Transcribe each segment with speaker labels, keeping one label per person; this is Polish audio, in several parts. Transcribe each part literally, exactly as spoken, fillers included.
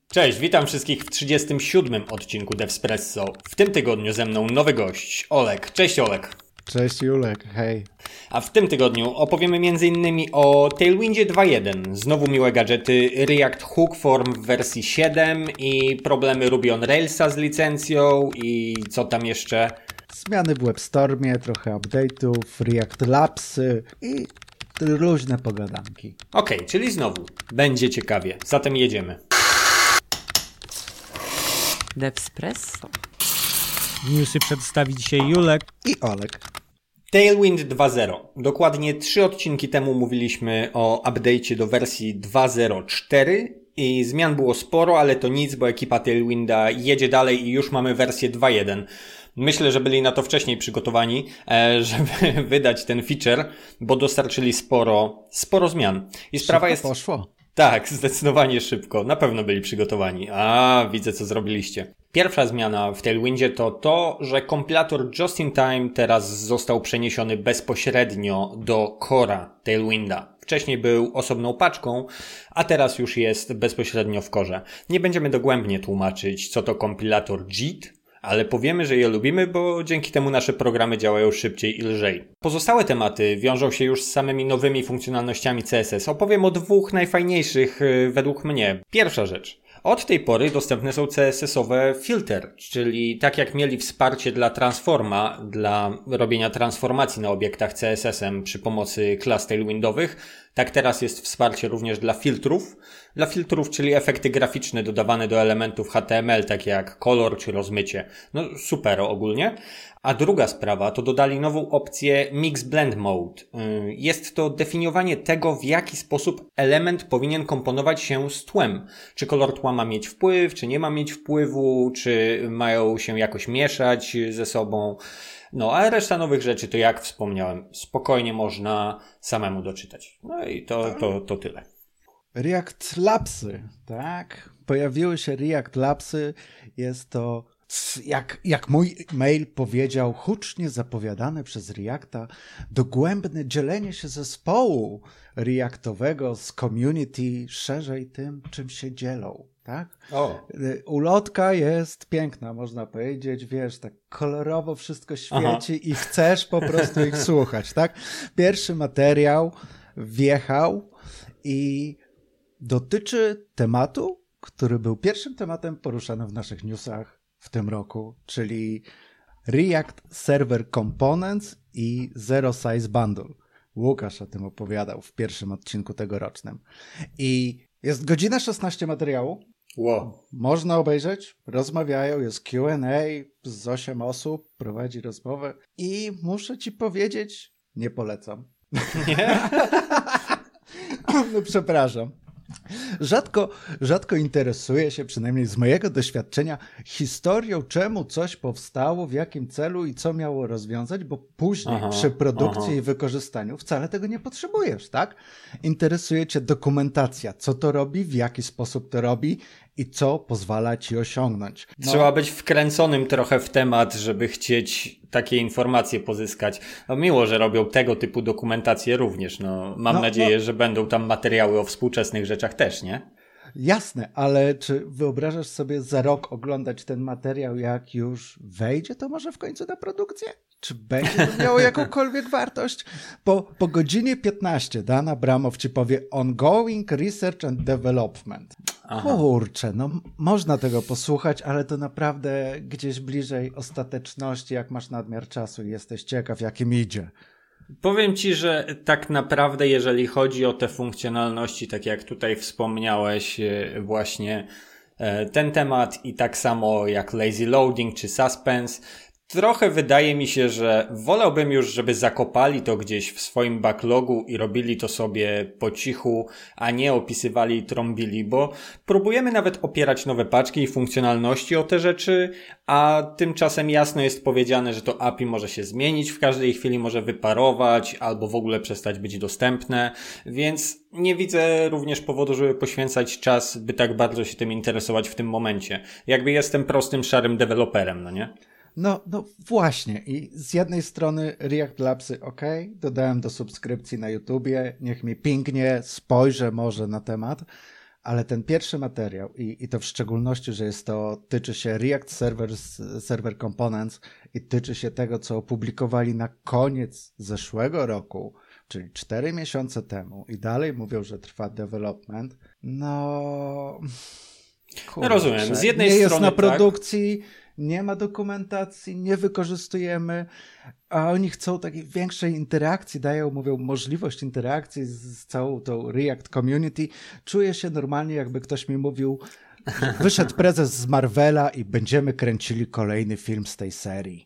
Speaker 1: Cześć, witam wszystkich w trzydziestym siódmym odcinku Devspresso. W tym tygodniu ze mną nowy gość, Olek. Cześć Olek.
Speaker 2: Cześć Julek, hej.
Speaker 1: A w tym tygodniu opowiemy między innymi o Tailwindzie dwa jeden. Znowu miłe gadżety, React Hook Form w wersji siedem i problemy Ruby on Railsa z licencją i co tam jeszcze?
Speaker 2: Zmiany w WebStormie, trochę update'ów, React Labsy i luźne pogadanki.
Speaker 1: Okej, okay, czyli znowu będzie ciekawie, zatem jedziemy.
Speaker 3: Devspresso.
Speaker 4: Newsy przedstawi dzisiaj Julek
Speaker 2: i Olek.
Speaker 1: Tailwind dwa zero. Dokładnie trzy odcinki temu mówiliśmy o update'cie do wersji dwa zero cztery i zmian było sporo, ale to nic, bo ekipa Tailwinda jedzie dalej i już mamy wersję dwa jeden. Myślę, że byli na to wcześniej przygotowani, żeby wydać ten feature, bo dostarczyli sporo, sporo zmian. I sprawa
Speaker 2: Szybko
Speaker 1: jest...
Speaker 2: poszło.
Speaker 1: Tak, zdecydowanie szybko. Na pewno byli przygotowani. A, widzę co zrobiliście. Pierwsza zmiana w Tailwindzie to to, że kompilator Just in Time teraz został przeniesiony bezpośrednio do core'a Tailwinda. Wcześniej był osobną paczką, a teraz już jest bezpośrednio w korze. Nie będziemy dogłębnie tłumaczyć, co to kompilator J I T, ale powiemy, że je lubimy, bo dzięki temu nasze programy działają szybciej i lżej. Pozostałe tematy wiążą się już z samymi nowymi funkcjonalnościami C S S. Opowiem o dwóch najfajniejszych według mnie. Pierwsza rzecz. Od tej pory dostępne są C S S-owe filter, czyli tak jak mieli wsparcie dla transforma, dla robienia transformacji na obiektach C S S-em przy pomocy klas tailwindowych, tak teraz jest wsparcie również dla filtrów. Dla filtrów, czyli efekty graficzne dodawane do elementów H T M L, takie jak kolor czy rozmycie. No super ogólnie. A druga sprawa to dodali nową opcję Mix Blend Mode. Jest to definiowanie tego, w jaki sposób element powinien komponować się z tłem. Czy kolor tła ma mieć wpływ, czy nie ma mieć wpływu, czy mają się jakoś mieszać ze sobą. No, a reszta nowych rzeczy to jak wspomniałem, spokojnie można samemu doczytać. No i to, to, to tyle.
Speaker 2: React Labsy, tak? Pojawiły się React Labsy. Jest to, jak, jak mój mail powiedział, hucznie zapowiadane przez Reacta, dogłębne dzielenie się zespołu reactowego z community szerzej tym, czym się dzielą. Tak?
Speaker 1: O.
Speaker 2: Ulotka jest piękna, można powiedzieć, wiesz, tak kolorowo wszystko świeci. Aha. I chcesz po prostu ich słuchać, tak? Pierwszy materiał wjechał i dotyczy tematu, który był pierwszym tematem poruszanym w naszych newsach w tym roku, czyli React Server Components i Zero Size Bundle. Łukasz o tym opowiadał w pierwszym odcinku tegorocznym. I jest godzina szesnaście materiału.
Speaker 1: Wow.
Speaker 2: Można obejrzeć, rozmawiają, jest Q and A z osiem osób, prowadzi rozmowę i muszę ci powiedzieć, nie polecam.
Speaker 1: Nie?
Speaker 2: No przepraszam. Rzadko, rzadko interesuję się, przynajmniej z mojego doświadczenia, historią, czemu coś powstało, w jakim celu i co miało rozwiązać, bo później aha, przy produkcji aha. i wykorzystaniu wcale tego nie potrzebujesz, tak? Interesuje cię dokumentacja, co to robi, w jaki sposób to robi i co pozwala ci osiągnąć.
Speaker 1: No. Trzeba być wkręconym trochę w temat, żeby chcieć takie informacje pozyskać. No miło, że robią tego typu dokumentacje również. No, mam no, nadzieję, no. że będą tam materiały o współczesnych rzeczach też, nie?
Speaker 2: Jasne, ale czy wyobrażasz sobie za rok oglądać ten materiał, jak już wejdzie to może w końcu na produkcję? Czy będzie to miało jakąkolwiek wartość? Po, po godzinie piętnaście Dan Abramow ci powie ongoing research and development. Aha. Kurczę, no można tego posłuchać, ale to naprawdę gdzieś bliżej ostateczności, jak masz nadmiar czasu i jesteś ciekaw, jakim idzie.
Speaker 1: Powiem ci, że tak naprawdę jeżeli chodzi o te funkcjonalności, tak jak tutaj wspomniałeś właśnie ten temat i tak samo jak lazy loading czy suspense, trochę wydaje mi się, że wolałbym już, żeby zakopali to gdzieś w swoim backlogu i robili to sobie po cichu, a nie opisywali i trąbili, bo próbujemy nawet opierać nowe paczki i funkcjonalności o te rzeczy, a tymczasem jasno jest powiedziane, że to A P I może się zmienić, w każdej chwili może wyparować albo w ogóle przestać być dostępne, więc nie widzę również powodu, żeby poświęcać czas, by tak bardzo się tym interesować w tym momencie. Jakby jestem prostym, szarym deweloperem, no nie?
Speaker 2: No, no właśnie i z jednej strony React Labsy ok, dodałem do subskrypcji na YouTubie, niech mi pingnie, spojrzę może na temat, ale ten pierwszy materiał i, i to w szczególności, że jest to, tyczy się React Server, Server Components i tyczy się tego, co opublikowali na koniec zeszłego roku, czyli cztery miesiące temu i dalej mówią, że trwa development, no... Kurczę,
Speaker 1: no rozumiem, z jednej
Speaker 2: nie
Speaker 1: strony
Speaker 2: jest na
Speaker 1: tak.
Speaker 2: produkcji, nie ma dokumentacji, nie wykorzystujemy, a oni chcą takiej większej interakcji, dają, mówią, możliwość interakcji z, z całą tą React community. Czuję się normalnie, jakby ktoś mi mówił, że wyszedł prezes z Marvela i będziemy kręcili kolejny film z tej serii.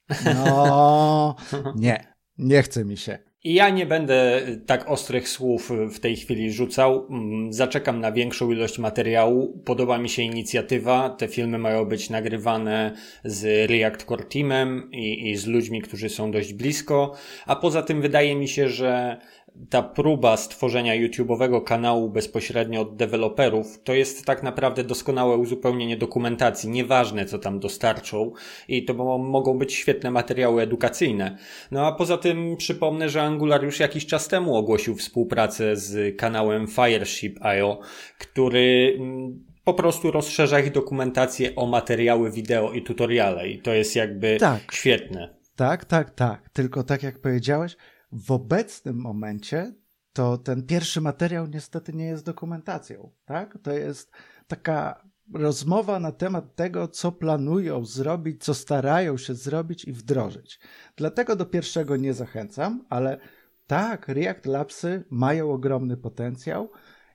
Speaker 2: No, nie, nie chce mi się.
Speaker 1: I ja nie będę tak ostrych słów w tej chwili rzucał. Zaczekam na większą ilość materiału. Podoba mi się inicjatywa. Te filmy mają być nagrywane z React Core Teamem i, i z ludźmi, którzy są dość blisko. A poza tym wydaje mi się, że ta próba stworzenia YouTube'owego kanału bezpośrednio od deweloperów to jest tak naprawdę doskonałe uzupełnienie dokumentacji. Nieważne, co tam dostarczą. I to mo- mogą być świetne materiały edukacyjne. No a poza tym przypomnę, że Angular już jakiś czas temu ogłosił współpracę z kanałem Fireship kropka i o, który po prostu rozszerza ich dokumentację o materiały wideo i tutoriale. I to jest jakby
Speaker 2: tak.
Speaker 1: świetne.
Speaker 2: Tak, tak, tak. Tylko tak jak powiedziałeś, w obecnym momencie to ten pierwszy materiał niestety nie jest dokumentacją, tak? To jest taka rozmowa na temat tego, co planują zrobić, co starają się zrobić i wdrożyć. Dlatego do pierwszego nie zachęcam, ale tak, React Labsy mają ogromny potencjał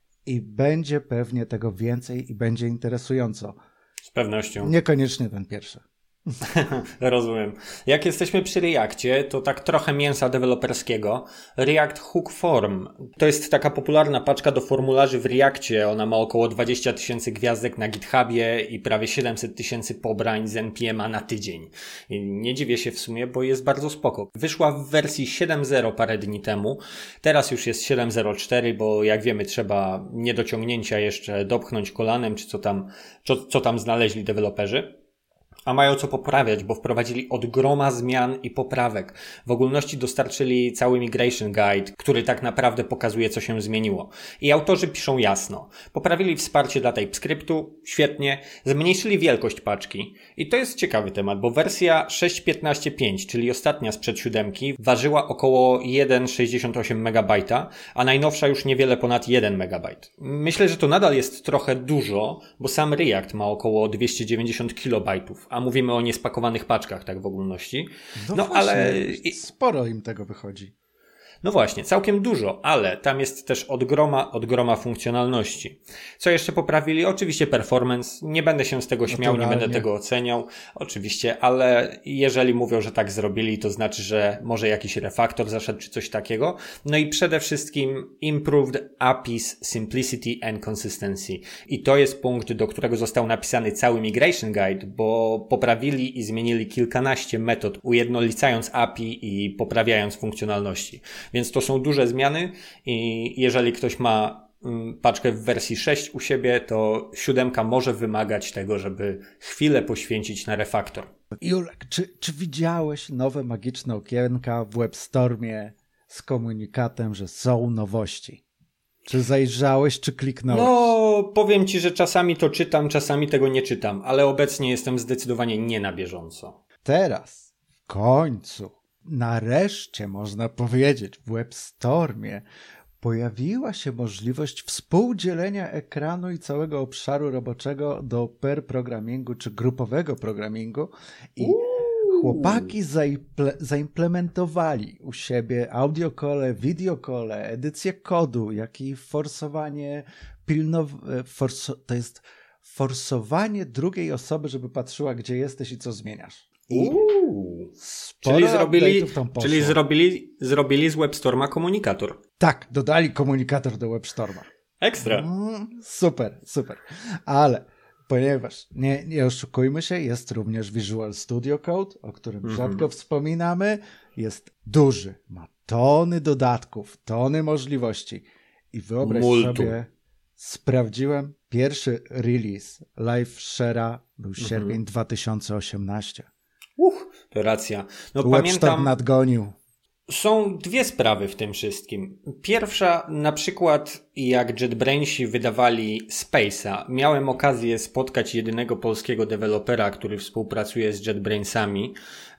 Speaker 2: i będzie pewnie tego więcej i będzie interesująco.
Speaker 1: Z pewnością.
Speaker 2: Niekoniecznie ten pierwszy.
Speaker 1: Rozumiem. Jak jesteśmy przy Reactie, to tak trochę mięsa deweloperskiego. React Hook Form. To jest taka popularna paczka do formularzy w Reactie. Ona ma około dwadzieścia tysięcy gwiazdek na GitHubie i prawie siedemset tysięcy pobrań z N P M a na tydzień. I nie dziwię się w sumie, bo jest bardzo spoko. Wyszła w wersji siedem zero parę dni temu. Teraz już jest siedem zero cztery, bo jak wiemy trzeba niedociągnięcia jeszcze dopchnąć kolanem, czy co tam, co, co tam znaleźli deweloperzy. A mają co poprawiać, bo wprowadzili od groma zmian i poprawek. W ogólności dostarczyli cały Migration Guide, który tak naprawdę pokazuje, co się zmieniło. I autorzy piszą jasno. Poprawili wsparcie dla TypeScriptu, świetnie. Zmniejszyli wielkość paczki. I to jest ciekawy temat, bo wersja sześć piętnaście pięć, czyli ostatnia sprzed siódemki, ważyła około jeden przecinek sześćdziesiąt osiem megabajta, a najnowsza już niewiele ponad jeden megabajt. Myślę, że to nadal jest trochę dużo, bo sam React ma około dwieście dziewięćdziesiąt kilobajtów, a mówimy o niespakowanych paczkach, tak w ogólności.
Speaker 2: No,
Speaker 1: no
Speaker 2: właśnie,
Speaker 1: ale
Speaker 2: sporo im tego wychodzi.
Speaker 1: No właśnie, całkiem dużo, ale tam jest też od groma, od groma funkcjonalności. Co jeszcze poprawili? Oczywiście performance. Nie będę się z tego śmiał,
Speaker 2: Naturalnie.
Speaker 1: nie będę tego oceniał. Oczywiście, ale jeżeli mówią, że tak zrobili, to znaczy, że może jakiś refaktor zaszedł czy coś takiego. No i przede wszystkim Improved A P Is Simplicity and Consistency. I to jest punkt, do którego został napisany cały Migration Guide, bo poprawili i zmienili kilkanaście metod, ujednolicając A P I i poprawiając funkcjonalności. Więc to są duże zmiany i jeżeli ktoś ma paczkę w wersji sześć u siebie, to siódemka może wymagać tego, żeby chwilę poświęcić na refaktor.
Speaker 2: Julek, czy, czy widziałeś nowe magiczne okienka w WebStormie z komunikatem, że są nowości? Czy zajrzałeś, czy kliknąłeś?
Speaker 1: No, powiem Ci, że czasami to czytam, czasami tego nie czytam, ale obecnie jestem zdecydowanie nie na bieżąco.
Speaker 2: Teraz, w końcu, nareszcie można powiedzieć, w WebStormie pojawiła się możliwość współdzielenia ekranu i całego obszaru roboczego do pair programmingu czy grupowego programmingu i Uuu. chłopaki zaimple- zaimplementowali u siebie audiokole, wideokole, edycję kodu, jak i forsowanie pilnow- forso- to jest forsowanie drugiej osoby, żeby patrzyła, gdzie jesteś i co zmieniasz. I
Speaker 1: czyli zrobili,
Speaker 2: tam
Speaker 1: czyli zrobili, zrobili z WebStorma komunikator.
Speaker 2: Tak, dodali komunikator do WebStorma.
Speaker 1: Ekstra.
Speaker 2: Mm, super, super. Ale ponieważ, nie, nie oszukujmy się, jest również Visual Studio Code, o którym mm-hmm. rzadko wspominamy. Jest duży, ma tony dodatków, tony możliwości. I wyobraź
Speaker 1: Multum.
Speaker 2: sobie, sprawdziłem, pierwszy release Live Share'a był sierpień mm-hmm. dwa tysiące osiemnasty.
Speaker 1: Uch, to racja. No
Speaker 2: WebStorm
Speaker 1: pamiętam,
Speaker 2: nadgonił.
Speaker 1: Są dwie sprawy w tym wszystkim. Pierwsza, na przykład jak JetBrainsi wydawali Space'a, miałem okazję spotkać jedynego polskiego dewelopera, który współpracuje z JetBrainsami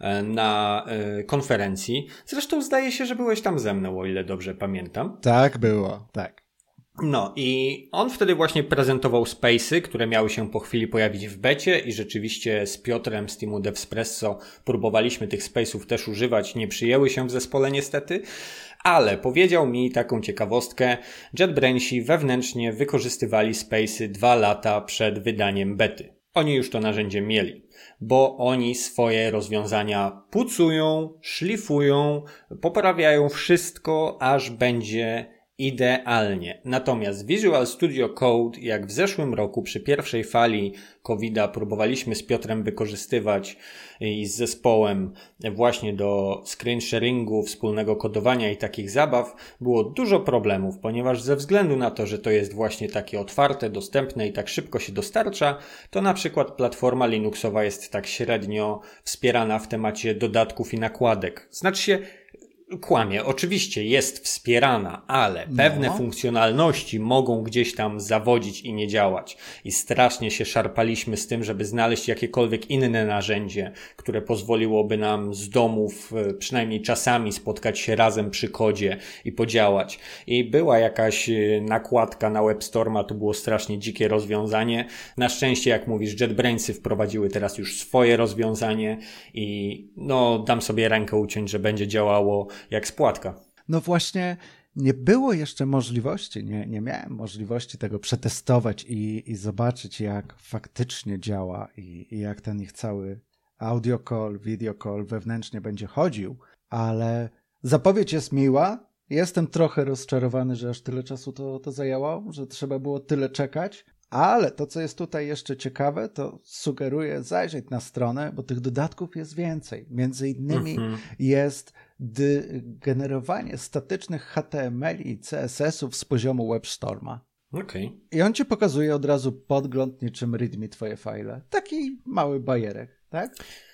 Speaker 1: na konferencji. Zresztą zdaje się, że byłeś tam ze mną, o ile dobrze pamiętam.
Speaker 2: Tak było, tak.
Speaker 1: No i on wtedy właśnie prezentował Space'y, które miały się po chwili pojawić w becie i rzeczywiście z Piotrem z teamu Devspresso próbowaliśmy tych Space'ów też używać, nie przyjęły się w zespole niestety, ale powiedział mi taką ciekawostkę, JetBrainsi wewnętrznie wykorzystywali Space'y dwa lata przed wydaniem bety. Oni już to narzędzie mieli, bo oni swoje rozwiązania pucują, szlifują, poprawiają wszystko, aż będzie idealnie. Natomiast Visual Studio Code, jak w zeszłym roku przy pierwszej fali kowida próbowaliśmy z Piotrem wykorzystywać i z zespołem właśnie do screen sharingu, wspólnego kodowania i takich zabaw, było dużo problemów, ponieważ ze względu na to, że to jest właśnie takie otwarte, dostępne i tak szybko się dostarcza, to na przykład platforma Linuxowa jest tak średnio wspierana w temacie dodatków i nakładek. Znaczy się, kłamie. Oczywiście jest wspierana, ale pewne
Speaker 2: no.
Speaker 1: funkcjonalności mogą gdzieś tam zawodzić i nie działać. I strasznie się szarpaliśmy z tym, żeby znaleźć jakiekolwiek inne narzędzie, które pozwoliłoby nam z domów przynajmniej czasami spotkać się razem przy kodzie i podziałać. I była jakaś nakładka na WebStorma, to było strasznie dzikie rozwiązanie. Na szczęście, jak mówisz, JetBrainsy wprowadziły teraz już swoje rozwiązanie i no dam sobie rękę uciąć, że będzie działało jak spłatka.
Speaker 2: No właśnie, nie było jeszcze możliwości, nie, nie miałem możliwości tego przetestować i, i zobaczyć, jak faktycznie działa i, i jak ten ich cały audio call, video call wewnętrznie będzie chodził, ale zapowiedź jest miła. Jestem trochę rozczarowany, że aż tyle czasu to, to zajęło, że trzeba było tyle czekać, ale to, co jest tutaj jeszcze ciekawe, to sugeruję zajrzeć na stronę, bo tych dodatków jest więcej. Między innymi mm-hmm. jest dy- generowanie statycznych H T M L i C S S-ów z poziomu WebStorma.
Speaker 1: Okay.
Speaker 2: I on ci pokazuje od razu podgląd niczym readme twoje file. Taki mały bajerek, tak?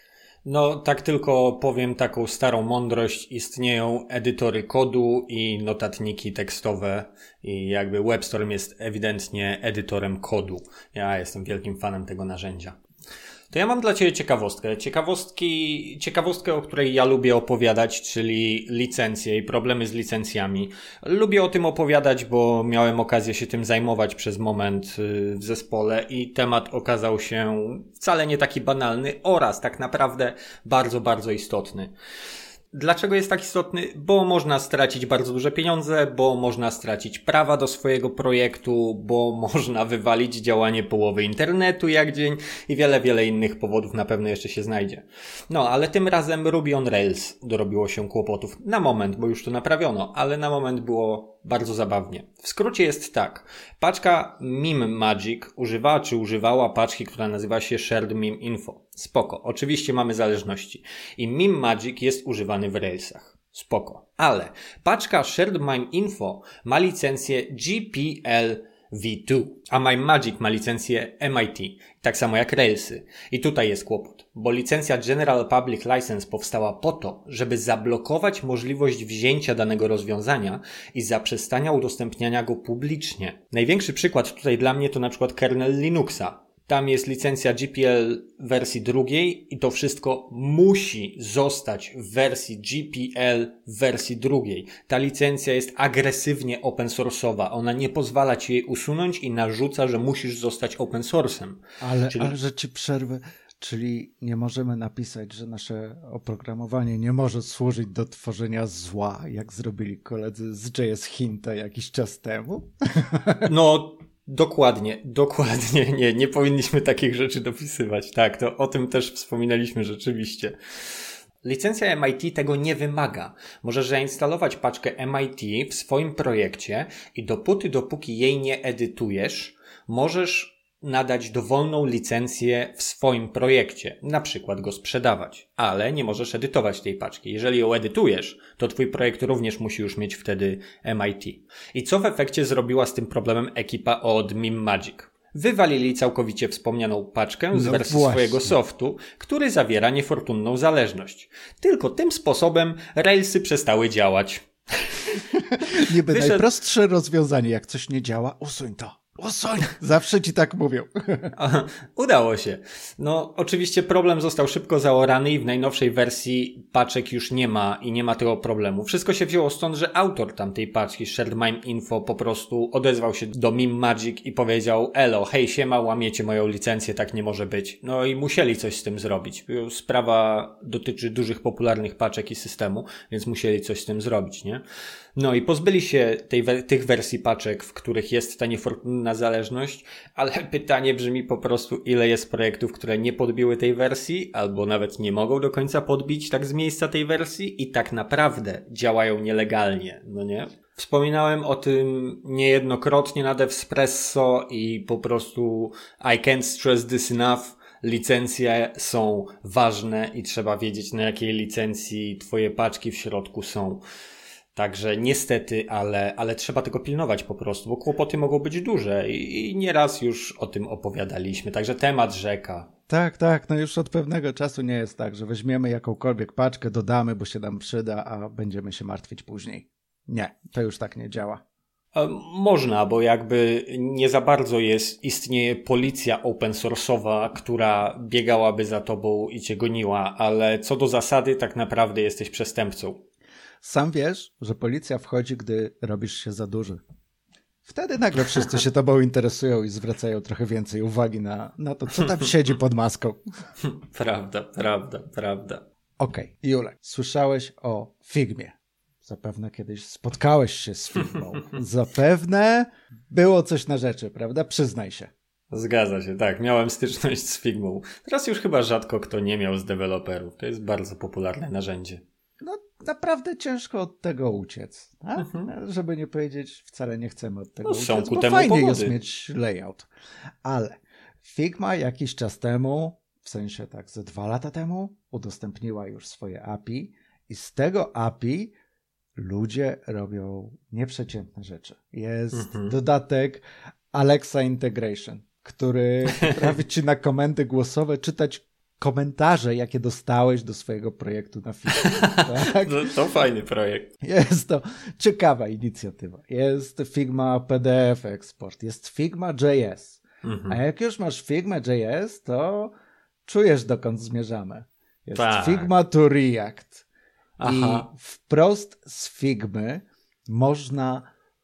Speaker 1: No, tak tylko powiem taką starą mądrość. Istnieją edytory kodu i notatniki tekstowe i jakby WebStorm jest ewidentnie edytorem kodu. Ja jestem wielkim fanem tego narzędzia. To ja mam dla Ciebie ciekawostkę. Ciekawostki, ciekawostkę, o której ja lubię opowiadać, czyli licencje i problemy z licencjami. Lubię o tym opowiadać, bo miałem okazję się tym zajmować przez moment w zespole i temat okazał się wcale nie taki banalny oraz tak naprawdę bardzo, bardzo istotny. Dlaczego jest tak istotny? Bo można stracić bardzo duże pieniądze, bo można stracić prawa do swojego projektu, bo można wywalić działanie połowy internetu jak dzień i wiele, wiele innych powodów na pewno jeszcze się znajdzie. No, ale tym razem Ruby on Rails dorobiło się kłopotów. Na moment, bo już to naprawiono, ale na moment było bardzo zabawnie. W skrócie jest tak. Paczka Meme Magic używała czy używała paczki, która nazywa się Shared Meme Info. Spoko. Oczywiście mamy zależności. I Meme Magic jest używany w Railsach. Spoko. Ale paczka Shared Meme Info ma licencję G P L V dwa, a Meme Magic ma licencję M I T, tak samo jak Railsy. I tutaj jest kłopot, bo licencja General Public License powstała po to, żeby zablokować możliwość wzięcia danego rozwiązania i zaprzestania udostępniania go publicznie. Największy przykład tutaj dla mnie to na przykład kernel Linuxa. Tam jest licencja G P L w wersji drugiej i to wszystko musi zostać w wersji G P L w wersji drugiej. Ta licencja jest agresywnie open source'owa. Ona nie pozwala ci jej usunąć i narzuca, że musisz zostać open source'em.
Speaker 2: Ale,
Speaker 1: Czyli...
Speaker 2: ale że ci przerwę, czyli nie możemy napisać, że nasze oprogramowanie nie może służyć do tworzenia zła, jak zrobili koledzy z J S Hinta jakiś czas temu?
Speaker 1: No... Dokładnie, dokładnie. Nie, nie powinniśmy takich rzeczy dopisywać. Tak, to o tym też wspominaliśmy rzeczywiście. Licencja M I T tego nie wymaga. Możesz zainstalować paczkę M I T w swoim projekcie i dopóty, dopóki jej nie edytujesz, możesz nadać dowolną licencję w swoim projekcie, na przykład go sprzedawać, ale nie możesz edytować tej paczki. Jeżeli ją edytujesz, to twój projekt również musi już mieć wtedy M I T. I co w efekcie zrobiła z tym problemem ekipa od Meme Magic? wywalili całkowicie wspomnianą paczkę z
Speaker 2: No
Speaker 1: wersji
Speaker 2: właśnie.
Speaker 1: swojego softu, który zawiera niefortunną zależność. Tylko tym sposobem Railsy przestały działać.
Speaker 2: Niby
Speaker 1: Wyszedł-
Speaker 2: najprostsze rozwiązanie, jak coś nie działa, usuń to. Usuń! Zawsze ci tak mówią.
Speaker 1: Aha, udało się. No, oczywiście problem został szybko zaorany i w najnowszej wersji paczek już nie ma i nie ma tego problemu. Wszystko się wzięło stąd, że autor tamtej paczki, Shared Mime Info, po prostu odezwał się do Meme Magic i powiedział: elo, hej siema, łamiecie moją licencję, tak nie może być. No i musieli coś z tym zrobić. Sprawa dotyczy dużych, popularnych paczek i systemu, więc musieli coś z tym zrobić, nie? No i pozbyli się tej, tych wersji paczek, w których jest ta niefortunna zależność, ale pytanie brzmi po prostu, ile jest projektów, które nie podbiły tej wersji, albo nawet nie mogą do końca podbić tak z miejsca tej wersji i tak naprawdę działają nielegalnie, no nie? Wspominałem o tym niejednokrotnie na Devspresso i po prostu I can't stress this enough. Licencje są ważne i trzeba wiedzieć, na jakiej licencji twoje paczki w środku są. Także niestety, ale, ale trzeba tego pilnować po prostu, bo kłopoty mogą być duże i, i nieraz już o tym opowiadaliśmy. Także temat rzeka.
Speaker 2: Tak, tak, no już od pewnego czasu nie jest tak, że weźmiemy jakąkolwiek paczkę, dodamy, bo się nam przyda, a będziemy się martwić później. Nie, to już tak nie działa.
Speaker 1: E, Można, bo jakby nie za bardzo jest, istnieje policja open source'owa, która biegałaby za tobą i cię goniła, ale co do zasady tak naprawdę jesteś przestępcą.
Speaker 2: Sam wiesz, że policja wchodzi, gdy robisz się za duży. Wtedy nagle wszyscy się tobą interesują i zwracają trochę więcej uwagi na, na to, co tam siedzi pod maską.
Speaker 1: Prawda, prawda, prawda.
Speaker 2: Okej, Julek, słyszałeś o Figmie. Zapewne kiedyś spotkałeś się z Figmą. Zapewne było coś na rzeczy, prawda? Przyznaj się.
Speaker 1: Zgadza się, tak. Miałem styczność z Figmą. Teraz już chyba rzadko kto nie miał z deweloperów. To jest bardzo popularne narzędzie.
Speaker 2: No naprawdę ciężko od tego uciec. Tak?
Speaker 1: Mhm.
Speaker 2: Żeby nie powiedzieć, wcale nie chcemy od tego
Speaker 1: No, są
Speaker 2: uciec,
Speaker 1: ku
Speaker 2: bo
Speaker 1: temu
Speaker 2: fajnie
Speaker 1: powody.
Speaker 2: jest mieć layout. Ale Figma jakiś czas temu, w sensie tak ze dwa lata temu, udostępniła już swoje A P I i z tego A P I ludzie robią nieprzeciętne rzeczy. Jest
Speaker 1: Mhm.
Speaker 2: dodatek Alexa Integration, który potrafi ci na komendy głosowe czytać komentarze, jakie dostałeś do swojego projektu na Figma. Tak?
Speaker 1: To, to fajny projekt.
Speaker 2: Jest to ciekawa inicjatywa. Jest Figma P D F Export, jest Figma J S.
Speaker 1: Mhm.
Speaker 2: A jak już masz Figma J S, to czujesz, dokąd zmierzamy. Jest
Speaker 1: Tak.
Speaker 2: Figma to React.
Speaker 1: Aha.
Speaker 2: I wprost z Figmy można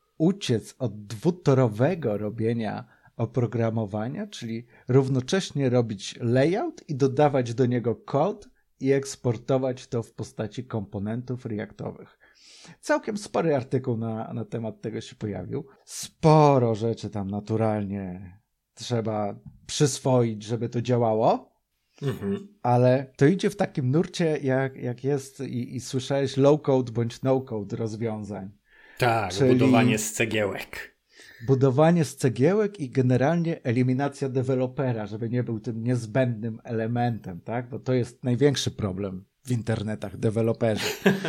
Speaker 2: uciec od dwutorowego robienia oprogramowania, czyli równocześnie robić layout i dodawać do niego kod i eksportować to w postaci komponentów reactowych. Całkiem spory artykuł na, na temat tego się pojawił. Sporo rzeczy tam naturalnie trzeba przyswoić, żeby to działało,
Speaker 1: Mhm.
Speaker 2: ale to idzie w takim nurcie, jak, jak jest i, i słyszałeś low-code bądź no-code rozwiązań.
Speaker 1: Tak,
Speaker 2: Czyli-
Speaker 1: budowanie z cegiełek.
Speaker 2: Budowanie z cegiełek i generalnie eliminacja dewelopera, żeby nie był tym niezbędnym elementem, tak? Bo to jest największy problem w internetach, deweloperzy.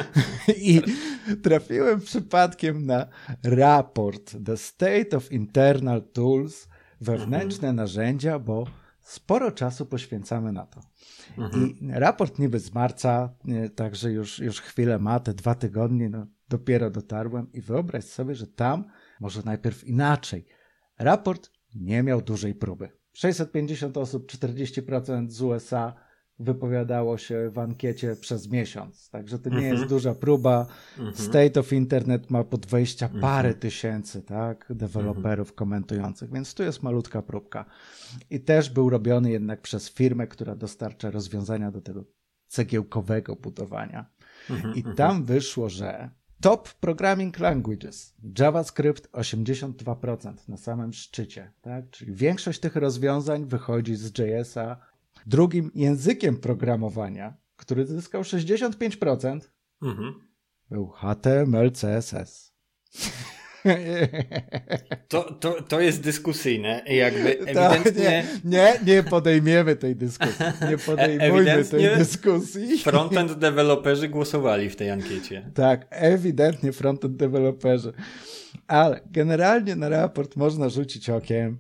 Speaker 2: I trafiłem przypadkiem na raport The State of Internal Tools, wewnętrzne
Speaker 1: Mhm.
Speaker 2: narzędzia, bo sporo czasu poświęcamy na to.
Speaker 1: Mhm.
Speaker 2: I raport niby z marca, nie, także już, już chwilę ma, te dwa tygodnie, no dopiero dotarłem i wyobraź sobie, że tam, może najpierw inaczej, raport nie miał dużej próby. sześćset pięćdziesiąt osób, czterdzieści procent z U S A wypowiadało się w ankiecie przez miesiąc, także to nie
Speaker 1: Mhm.
Speaker 2: jest duża próba.
Speaker 1: Mhm.
Speaker 2: State of Internet ma po dwadzieścia
Speaker 1: Mhm.
Speaker 2: parę tysięcy, tak, deweloperów komentujących, więc tu jest malutka próbka. I też był robiony jednak przez firmę, która dostarcza rozwiązania do tego cegiełkowego budowania.
Speaker 1: Mhm.
Speaker 2: I tam wyszło, że top programming languages, JavaScript osiemdziesiąt dwa procent na samym szczycie, tak? Czyli większość tych rozwiązań wychodzi z J S a. Drugim językiem programowania, który zyskał sześćdziesiąt pięć procent,
Speaker 1: Mhm.
Speaker 2: był H T M L C S S.
Speaker 1: To, to, to jest dyskusyjne. Jakby
Speaker 2: Tak,
Speaker 1: ewidentnie
Speaker 2: nie, nie, nie podejmiemy tej dyskusji. Nie podejmujmy tej
Speaker 1: Ewidentnie
Speaker 2: dyskusji.
Speaker 1: frontend deweloperzy głosowali w tej ankiecie.
Speaker 2: Tak, ewidentnie frontend deweloperzy. Ale generalnie na raport można rzucić okiem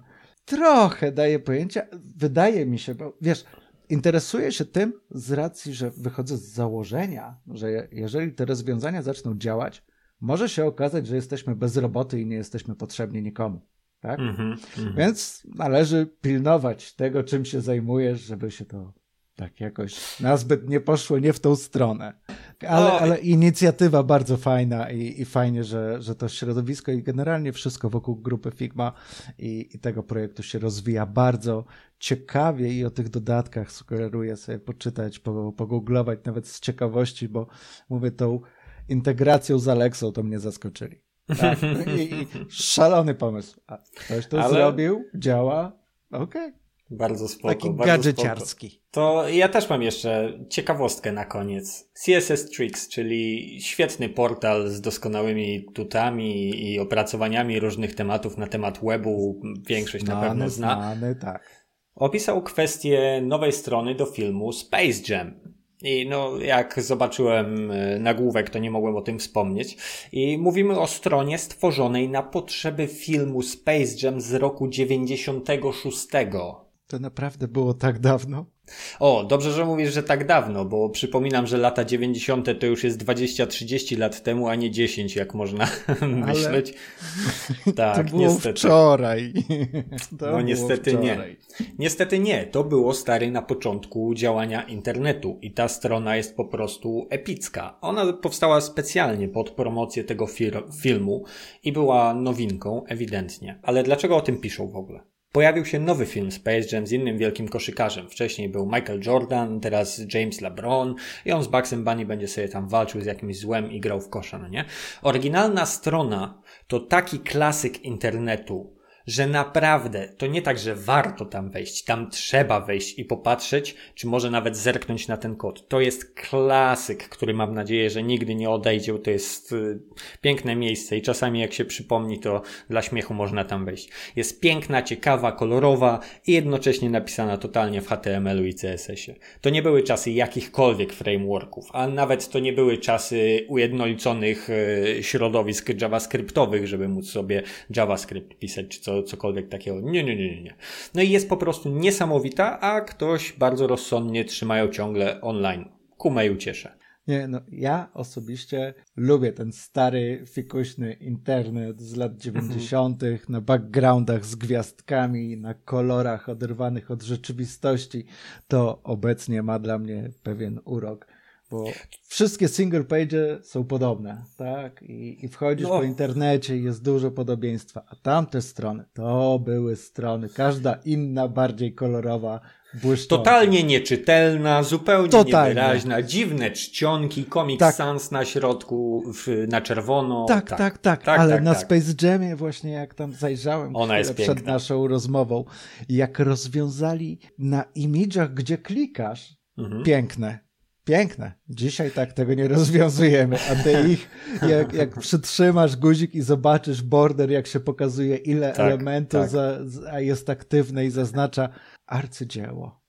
Speaker 2: trochę daje pojęcia, wydaje mi się, bo wiesz, interesuję się tym z racji, że wychodzę z założenia, że jeżeli te rozwiązania zaczną działać, może się okazać, że jesteśmy bez roboty i nie jesteśmy potrzebni nikomu. Tak? Mm-hmm, mm-hmm. Więc należy pilnować tego, czym się zajmujesz, żeby się to tak jakoś nazbyt nie poszło nie w tą stronę. Ale, o, ale inicjatywa bardzo fajna i, i fajnie, że, że to środowisko i generalnie wszystko wokół grupy Figma i, i tego projektu się rozwija bardzo ciekawie i o tych dodatkach sugeruję sobie poczytać, pogooglować nawet z ciekawości, bo mówię, tą integracją z Alexą to mnie zaskoczyli. Tak? I, i szalony pomysł. A ktoś to ale... zrobił, działa, okej. Okay.
Speaker 1: Bardzo spoko.
Speaker 2: Taki
Speaker 1: bardzo
Speaker 2: gadżeciarski.
Speaker 1: Spoko. To ja też mam jeszcze ciekawostkę na koniec. C S S Tricks, czyli świetny portal z doskonałymi tutami i opracowaniami różnych tematów na temat webu. Większość znany, na pewno zna.
Speaker 2: Znany, tak.
Speaker 1: Opisał kwestię nowej strony do filmu Space Jam. I no, jak zobaczyłem nagłówek, to nie mogłem o tym wspomnieć. I mówimy o stronie stworzonej na potrzeby filmu Space Jam z roku dziewięćdziesiątego szóstego.
Speaker 2: To naprawdę było tak dawno?
Speaker 1: O, dobrze, że mówisz, że tak dawno, bo przypominam, że lata dziewięćdziesiąte to już jest dwadzieścia trzydzieści lat temu, a nie dziesięć, jak można myśleć.
Speaker 2: Tak, to było niestety. Wczoraj. To
Speaker 1: no
Speaker 2: było
Speaker 1: niestety
Speaker 2: wczoraj.
Speaker 1: nie. Niestety nie. To było stary na początku działania internetu i ta strona jest po prostu epicka. Ona powstała specjalnie pod promocję tego fir- filmu i była nowinką, ewidentnie. Ale dlaczego o tym piszą w ogóle? Pojawił się nowy film Space Jam z innym wielkim koszykarzem. Wcześniej był Michael Jordan, teraz James LeBron i on z Bugsem Bunny będzie sobie tam walczył z jakimś złem i grał w kosza, no nie? Oryginalna strona to taki klasyk internetu, że naprawdę to nie tak, że warto tam wejść, tam trzeba wejść i popatrzeć, czy może nawet zerknąć na ten kod. To jest klasyk, który mam nadzieję, że nigdy nie odejdzie. To jest y, piękne miejsce i czasami jak się przypomni, to dla śmiechu można tam wejść. Jest piękna, ciekawa, kolorowa i jednocześnie napisana totalnie w H T M L u i C S S ie. To nie były czasy jakichkolwiek frameworków, a nawet to nie były czasy ujednoliconych y, środowisk javascriptowych, żeby móc sobie JavaScript pisać, czy co cokolwiek takiego. Nie, nie, nie, nie. No i jest po prostu niesamowita, a ktoś bardzo rozsądnie trzymają ciągle online. Kumeju cieszę.
Speaker 2: Nie, no ja osobiście lubię ten stary, fikuśny internet z lat dziewięćdziesiątych na backgroundach z gwiazdkami, na kolorach oderwanych od rzeczywistości. To obecnie ma dla mnie pewien urok. Bo wszystkie single page są podobne, tak? I, i wchodzisz no. po internecie i jest dużo podobieństwa. A tamte strony, to były strony, każda inna, bardziej kolorowa, błyszcząca.
Speaker 1: Totalnie nieczytelna, zupełnie Totalnie. niewyraźna, dziwne czcionki, Comic tak. Sans na środku, w, na czerwono.
Speaker 2: Tak, tak, tak. tak. tak Ale tak, na tak. Space Jamie właśnie jak tam zajrzałem
Speaker 1: Ona jest
Speaker 2: przed
Speaker 1: piękna.
Speaker 2: naszą rozmową, jak rozwiązali na imidżach, gdzie klikasz, mhm. piękne. Piękne. Dzisiaj tak tego nie rozwiązujemy, a te ich, jak, jak przytrzymasz guzik i zobaczysz border, jak się pokazuje, ile tak, elementów tak. Za, a jest aktywne i zaznacza arcydzieło.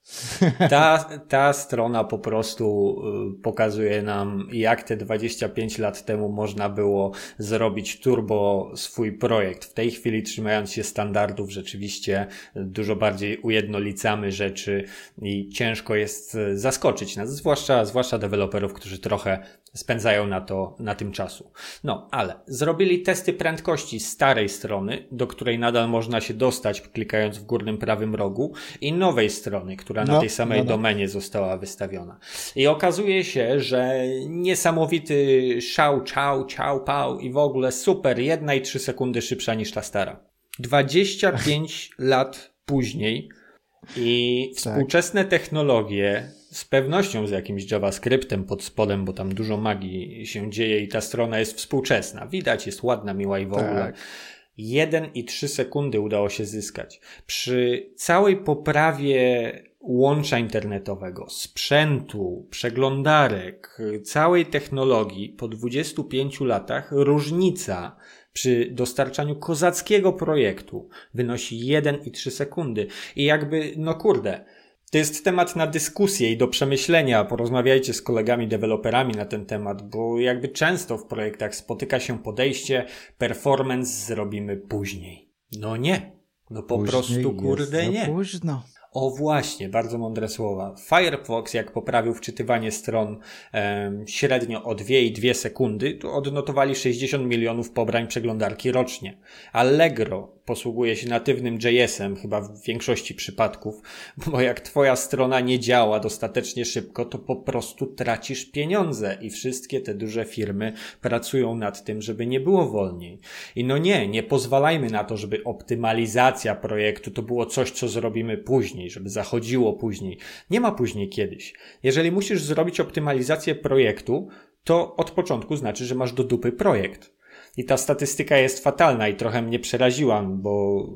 Speaker 1: Ta, ta strona po prostu pokazuje nam, jak te dwadzieścia pięć lat temu można było zrobić turbo swój projekt. W tej chwili, trzymając się standardów, rzeczywiście dużo bardziej ujednolicamy rzeczy i ciężko jest zaskoczyć nas, zwłaszcza, zwłaszcza deweloperów, którzy trochę spędzają na to, na tym czasu. No, ale zrobili testy prędkości starej strony, do której nadal można się dostać, klikając w górnym prawym rogu, i nowej strony, która no, na tej samej no, no. domenie została wystawiona. I okazuje się, że niesamowity szał, czał, ciał, pał i w ogóle super, jedna i trzy sekundy szybsza niż ta stara. dwadzieścia pięć lat później i współczesne tak. technologie, z pewnością z jakimś JavaScriptem pod spodem, bo tam dużo magii się dzieje i ta strona jest współczesna. Widać, jest ładna, miła i w ogóle. Tak. jeden i trzy sekundy udało się zyskać. Przy całej poprawie łącza internetowego, sprzętu, przeglądarek, całej technologii po dwudziestu pięciu latach różnica przy dostarczaniu kozackiego projektu wynosi jeden i trzy sekundy. I jakby, no kurde, to jest temat na dyskusję i do przemyślenia. Porozmawiajcie z kolegami deweloperami na ten temat, bo jakby często w projektach spotyka się podejście performance zrobimy później. No nie. No po
Speaker 2: Później
Speaker 1: prostu, kurde,
Speaker 2: jest
Speaker 1: nie.
Speaker 2: za późno.
Speaker 1: O właśnie, bardzo mądre słowa. Firefox, jak poprawił wczytywanie stron em, średnio o dwie i dwie sekundy, to odnotowali sześćdziesiąt milionów pobrań przeglądarki rocznie. Allegro posługuje się natywnym J S-em chyba w większości przypadków, bo jak twoja strona nie działa dostatecznie szybko, to po prostu tracisz pieniądze i wszystkie te duże firmy pracują nad tym, żeby nie było wolniej. I no nie, nie pozwalajmy na to, żeby optymalizacja projektu to było coś, co zrobimy później, żeby zachodziło później. Nie ma później kiedyś. Jeżeli musisz zrobić optymalizację projektu, to od początku znaczy, że masz do dupy projekt. I ta statystyka jest fatalna i trochę mnie przeraziła, bo,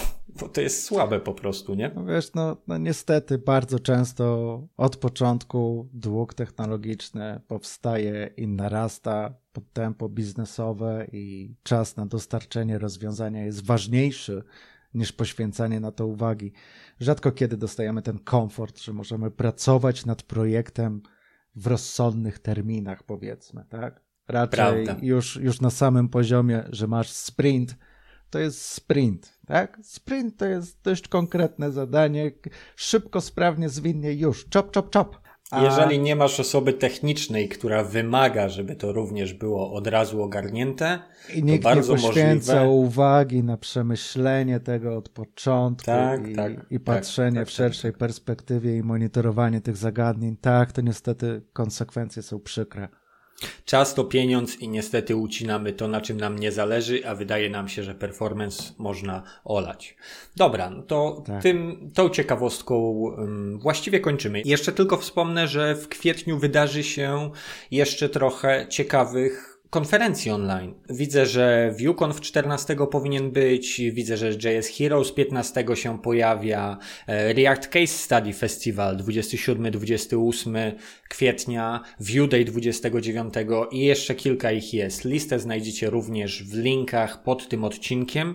Speaker 1: bo to jest słabe po prostu, nie?
Speaker 2: No wiesz, no, no niestety bardzo często od początku dług technologiczny powstaje i narasta pod tempo biznesowe i czas na dostarczenie rozwiązania jest ważniejszy niż poświęcanie na to uwagi. Rzadko kiedy dostajemy ten komfort, że możemy pracować nad projektem w rozsądnych terminach, powiedzmy, tak? Raczej już, już na samym poziomie, że masz sprint, to jest sprint, tak? Sprint to jest dość konkretne zadanie, szybko, sprawnie, zwinnie już, chop, chop, chop.
Speaker 1: A... Jeżeli nie masz osoby technicznej, która wymaga, żeby to również było od razu ogarnięte,
Speaker 2: i nikt
Speaker 1: to bardzo
Speaker 2: nie poświęca
Speaker 1: możliwe...
Speaker 2: uwagi na przemyślenie tego od początku
Speaker 1: tak,
Speaker 2: i,
Speaker 1: tak,
Speaker 2: i patrzenie
Speaker 1: tak, tak,
Speaker 2: w szerszej
Speaker 1: tak.
Speaker 2: perspektywie i monitorowanie tych zagadnień, tak, to niestety konsekwencje są przykre.
Speaker 1: Czas to pieniądz i niestety ucinamy to, na czym nam nie zależy, a wydaje nam się, że performance można olać. Dobra, no to
Speaker 2: tak.
Speaker 1: tym, tą ciekawostką um, właściwie kończymy. Jeszcze tylko wspomnę, że w kwietniu wydarzy się jeszcze trochę ciekawych konferencji online. Widzę, że ViewConf czternastego powinien być, widzę, że J S Heroes piętnastego się pojawia, React Case Study Festival dwudziestego siódmego do dwudziestego ósmego kwietnia, Viewday dwudziestego dziewiątego i jeszcze kilka ich jest. Listę znajdziecie również w linkach pod tym odcinkiem.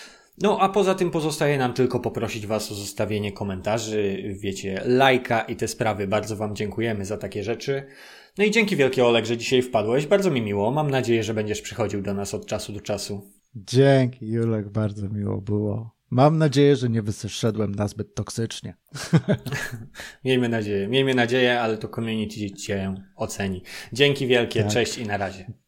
Speaker 1: No a poza tym pozostaje nam tylko poprosić Was o zostawienie komentarzy, wiecie, lajka i te sprawy. Bardzo Wam dziękujemy za takie rzeczy. No i dzięki wielkie, Oleg, że dzisiaj wpadłeś. Bardzo mi miło. Mam nadzieję, że będziesz przychodził do nas od czasu do czasu.
Speaker 2: Dzięki, Julek, bardzo miło było. Mam nadzieję, że nie wyszedłem nazbyt toksycznie.
Speaker 1: Miejmy nadzieję, miejmy nadzieję, ale to community Cię oceni. Dzięki wielkie,
Speaker 2: tak.
Speaker 1: Cześć i na razie.